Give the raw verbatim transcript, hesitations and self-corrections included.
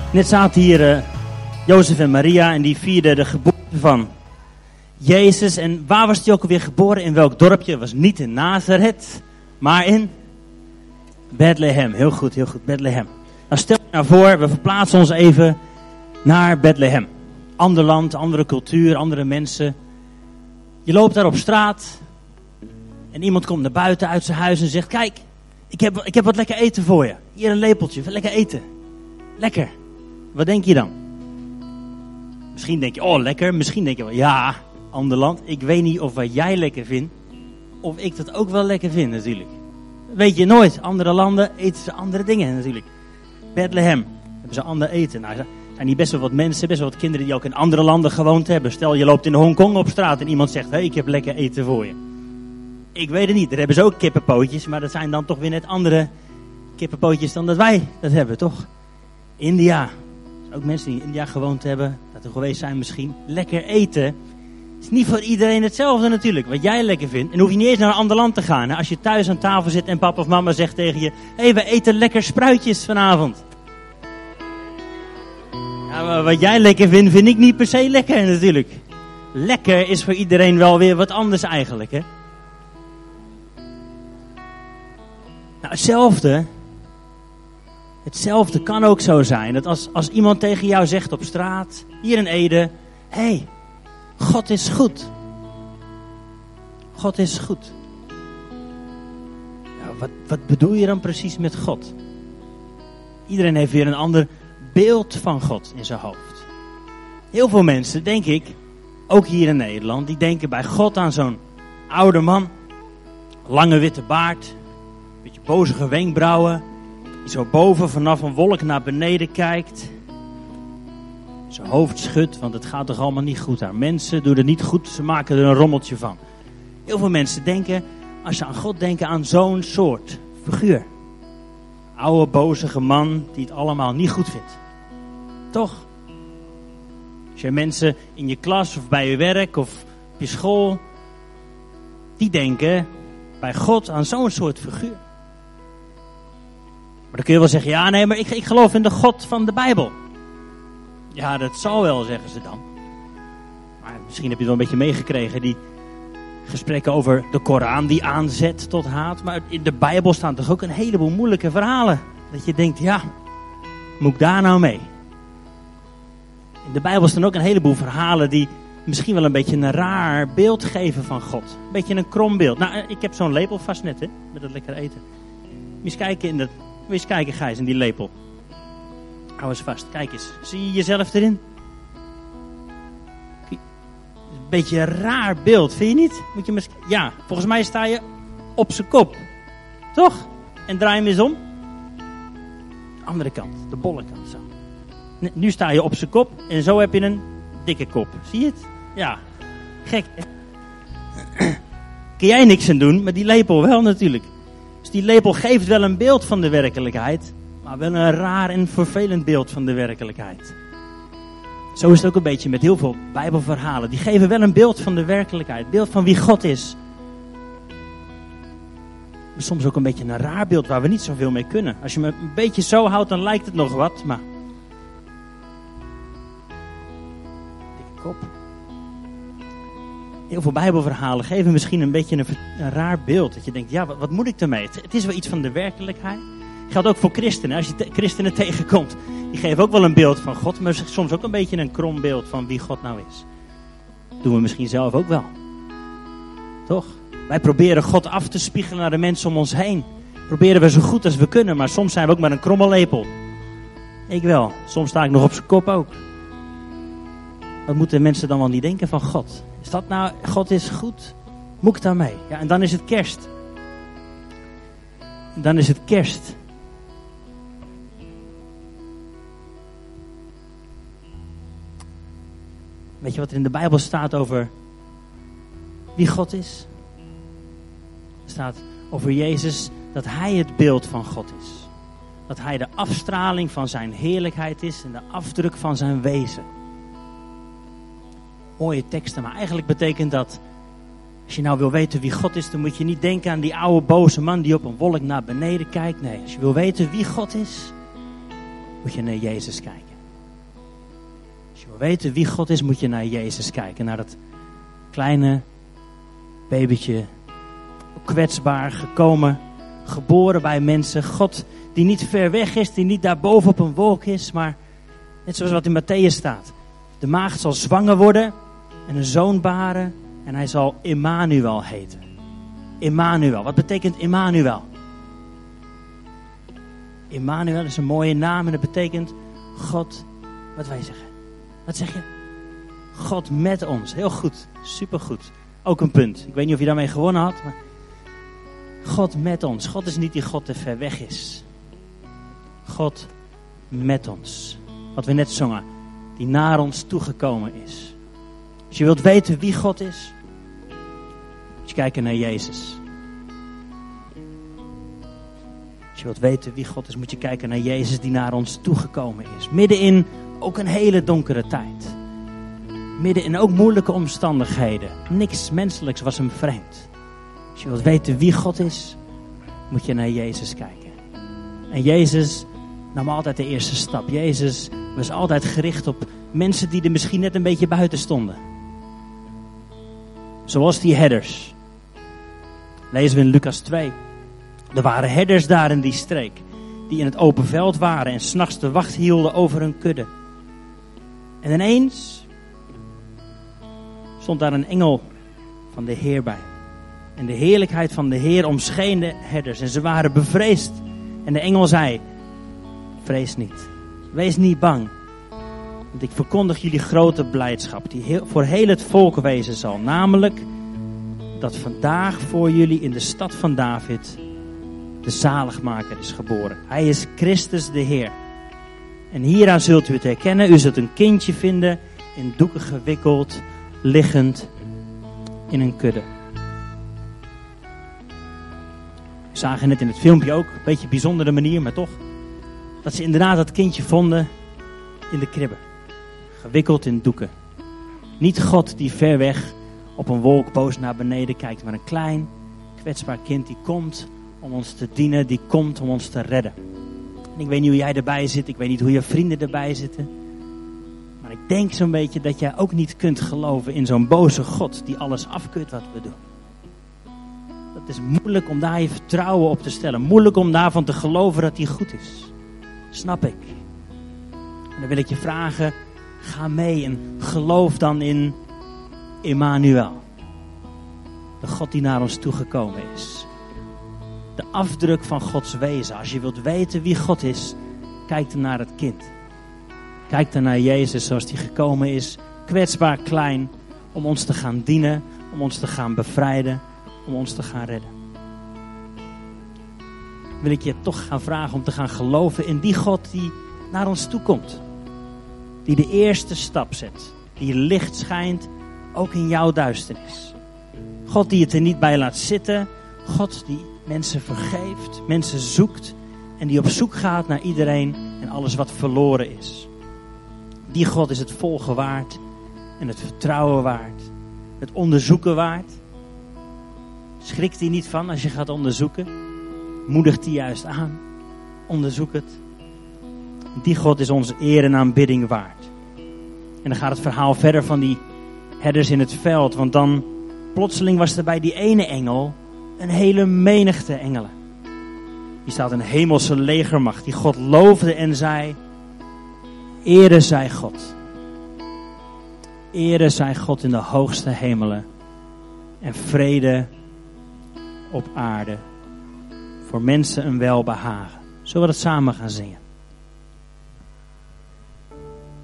Net zaten hier uh, Jozef en Maria en die vierden de geboorte van Jezus. En waar was hij ook alweer geboren? In welk dorpje? Het was niet in Nazareth, maar in Bethlehem. Heel goed, heel goed, Bethlehem. Nou, stel je nou voor, we verplaatsen ons even naar Bethlehem. Ander land, andere cultuur, andere mensen. Je loopt daar op straat en iemand komt naar buiten uit zijn huis en zegt: kijk, ik heb, ik heb wat lekker eten voor je. Hier een lepeltje, lekker eten. Lekker. Wat denk je dan? Misschien denk je, oh lekker. Misschien denk je wel, ja, ander land. Ik weet niet of wat jij lekker vindt, of ik dat ook wel lekker vind natuurlijk. Weet je nooit. Andere landen eten ze andere dingen natuurlijk. Bethlehem, hebben ze ander eten. Nou, er zijn hier best wel wat mensen, best wel wat kinderen die ook in andere landen gewoond hebben. Stel, je loopt in Hongkong op straat en iemand zegt: hé, hey, ik heb lekker eten voor je. Ik weet het niet. Daar hebben ze ook kippenpootjes, maar dat zijn dan toch weer net andere kippenpootjes dan dat wij dat hebben, toch? India. Ook mensen die in India gewoond hebben, dat er geweest zijn misschien. Lekker eten is niet voor iedereen hetzelfde natuurlijk. Wat jij lekker vindt. En hoef je niet eens naar een ander land te gaan. Als je thuis aan tafel zit en papa of mama zegt tegen je: hé, hey, we eten lekker spruitjes vanavond. Ja, maar wat jij lekker vindt, vind ik niet per se lekker natuurlijk. Lekker is voor iedereen wel weer wat anders eigenlijk, hè. Nou, hetzelfde... Hetzelfde kan ook zo zijn. Dat als, als iemand tegen jou zegt op straat, hier in Ede: hé, hey, God is goed. God is goed. Nou, wat, wat bedoel je dan precies met God? Iedereen heeft weer een ander beeld van God in zijn hoofd. Heel veel mensen, denk ik, ook hier in Nederland, die denken bij God aan zo'n oude man. Lange witte baard, beetje bozige wenkbrauwen. Die zo boven vanaf een wolk naar beneden kijkt. Zijn hoofd schudt, want het gaat toch allemaal niet goed aan. Mensen doen het niet goed, ze maken er een rommeltje van. Heel veel mensen denken, als ze aan God denken, aan zo'n soort figuur. Oude, bozige man die het allemaal niet goed vindt. Toch? Als je mensen in je klas of bij je werk of op je school, die denken bij God aan zo'n soort figuur. Maar dan kun je wel zeggen: ja, nee, maar ik, ik geloof in de God van de Bijbel. Ja, dat zal wel, zeggen ze dan. Maar misschien heb je het wel een beetje meegekregen, die gesprekken over de Koran die aanzet tot haat. Maar in de Bijbel staan toch ook een heleboel moeilijke verhalen. Dat je denkt, ja, moet ik daar nou mee? In de Bijbel staan ook een heleboel verhalen die misschien wel een beetje een raar beeld geven van God. Een beetje een krom beeld. Nou, ik heb zo'n lepel vast net, hè, met dat lekker eten. Moet je eens kijken in dat... Moet je eens kijken, Gijs, in die lepel. Hou eens vast. Kijk eens. Zie je jezelf erin? Een beetje een raar beeld, vind je niet? Moet je maar... Ja, volgens mij sta je op zijn kop. Toch? En draai hem eens om. De andere kant. De bolle kant. Zo. Nu sta je op zijn kop. En zo heb je een dikke kop. Zie je het? Ja. Gek, hè? Kun jij niks aan doen, maar die lepel wel natuurlijk. Dus die lepel geeft wel een beeld van de werkelijkheid, maar wel een raar en vervelend beeld van de werkelijkheid. Zo is het ook een beetje met heel veel Bijbelverhalen. Die geven wel een beeld van de werkelijkheid, beeld van wie God is. Maar soms ook een beetje een raar beeld waar we niet zoveel mee kunnen. Als je me een beetje zo houdt, dan lijkt het nog wat, maar... Dikke kop. Heel veel Bijbelverhalen geven misschien een beetje een, een raar beeld. Dat je denkt, ja, wat, wat moet ik ermee? Het, het is wel iets van de werkelijkheid. Geldt ook voor christenen. Als je te, christenen tegenkomt, die geven ook wel een beeld van God. Maar soms ook een beetje een krom beeld van wie God nou is. Dat doen we misschien zelf ook wel. Toch? Wij proberen God af te spiegelen naar de mensen om ons heen. Proberen we zo goed als we kunnen. Maar soms zijn we ook maar een kromme lepel. Ik wel. Soms sta ik nog op zijn kop ook. Wat moeten mensen dan wel niet denken van God? Is dat nou, God is goed? Moet ik daarmee? Ja, en dan is het kerst. Dan is het kerst. Weet je wat er in de Bijbel staat over wie God is? Er staat over Jezus dat Hij het beeld van God is. Dat Hij de afstraling van zijn heerlijkheid is en de afdruk van zijn wezen. Mooie teksten, maar eigenlijk betekent dat, als je nou wil weten wie God is, dan moet je niet denken aan die oude boze man die op een wolk naar beneden kijkt. Nee, als je wil weten wie God is, moet je naar Jezus kijken. Als je wil weten wie God is, moet je naar Jezus kijken. Naar dat kleine babytje, kwetsbaar, gekomen, geboren bij mensen. God die niet ver weg is, die niet daarboven op een wolk is, maar net zoals wat in Matthäus staat. De maagd zal zwanger worden en een zoon baren en hij zal Immanuel heten. Immanuel, wat betekent Immanuel? Immanuel is een mooie naam en dat betekent God, wat wij zeggen. Wat zeg je? God met ons. Heel goed, supergoed. Ook een punt. Ik weet niet of je daarmee gewonnen had, maar God met ons. God is niet die God die ver weg is. God met ons. Wat we net zongen. Die naar ons toegekomen is. Als je wilt weten wie God is, moet je kijken naar Jezus. Als je wilt weten wie God is, moet je kijken naar Jezus die naar ons toegekomen is. Midden in ook een hele donkere tijd. Midden in ook moeilijke omstandigheden. Niks menselijks was hem vreemd. Als je wilt weten wie God is, moet je naar Jezus kijken. En Jezus nam altijd de eerste stap. Jezus was altijd gericht op mensen die er misschien net een beetje buiten stonden. Zoals die herders. Lezen we in Lucas twee. Er waren herders daar in die streek. Die in het open veld waren en 's nachts de wacht hielden over hun kudde. En ineens stond daar een engel van de Heer bij. En de heerlijkheid van de Heer omscheen de herders. En ze waren bevreesd. En de engel zei: vrees niet. Wees niet bang. Want ik verkondig jullie grote blijdschap. Die heel, voor heel het volk wezen zal. Namelijk dat vandaag voor jullie in de stad van David de zaligmaker is geboren. Hij is Christus de Heer. En hieraan zult u het herkennen. U zult een kindje vinden in doeken gewikkeld, liggend in een kudde. We zagen net in het filmpje ook, een beetje een bijzondere manier, maar toch, dat ze inderdaad dat kindje vonden in de kribbe. Gewikkeld in doeken. Niet God die ver weg op een wolk boos naar beneden kijkt, maar een klein, kwetsbaar kind die komt om ons te dienen, die komt om ons te redden. En ik weet niet hoe jij erbij zit, ik weet niet hoe je vrienden erbij zitten. Maar ik denk zo'n beetje dat jij ook niet kunt geloven in zo'n boze God die alles afkeurt wat we doen. Het is moeilijk om daar je vertrouwen op te stellen. Moeilijk om daarvan te geloven dat hij goed is. Snap ik. En dan wil ik je vragen, ga mee en geloof dan in Immanuel. De God die naar ons toegekomen is. De afdruk van Gods wezen. Als je wilt weten wie God is, kijk dan naar het kind. Kijk dan naar Jezus zoals hij gekomen is. Kwetsbaar klein. Om ons te gaan dienen. Om ons te gaan bevrijden. Om ons te gaan redden. Wil ik je toch gaan vragen om te gaan geloven in die God die naar ons toe komt. Die de eerste stap zet. Die licht schijnt ook in jouw duisternis. God die het er niet bij laat zitten. God die mensen vergeeft, mensen zoekt en die op zoek gaat naar iedereen en alles wat verloren is. Die God is het volgen waard en het vertrouwen waard, het onderzoeken waard. Schrikt hij niet van als je gaat onderzoeken? Moedigt hij juist aan? Onderzoek het. Die God is onze eer en aanbidding waard. En dan gaat het verhaal verder van die herders in het veld, want dan plotseling was er bij die ene engel een hele menigte engelen. Hier staat een hemelse legermacht die God loofde en zei: Ere zij God. Ere zij God in de hoogste hemelen. En vrede op aarde. Voor mensen een welbehagen. Zullen we dat samen gaan zingen?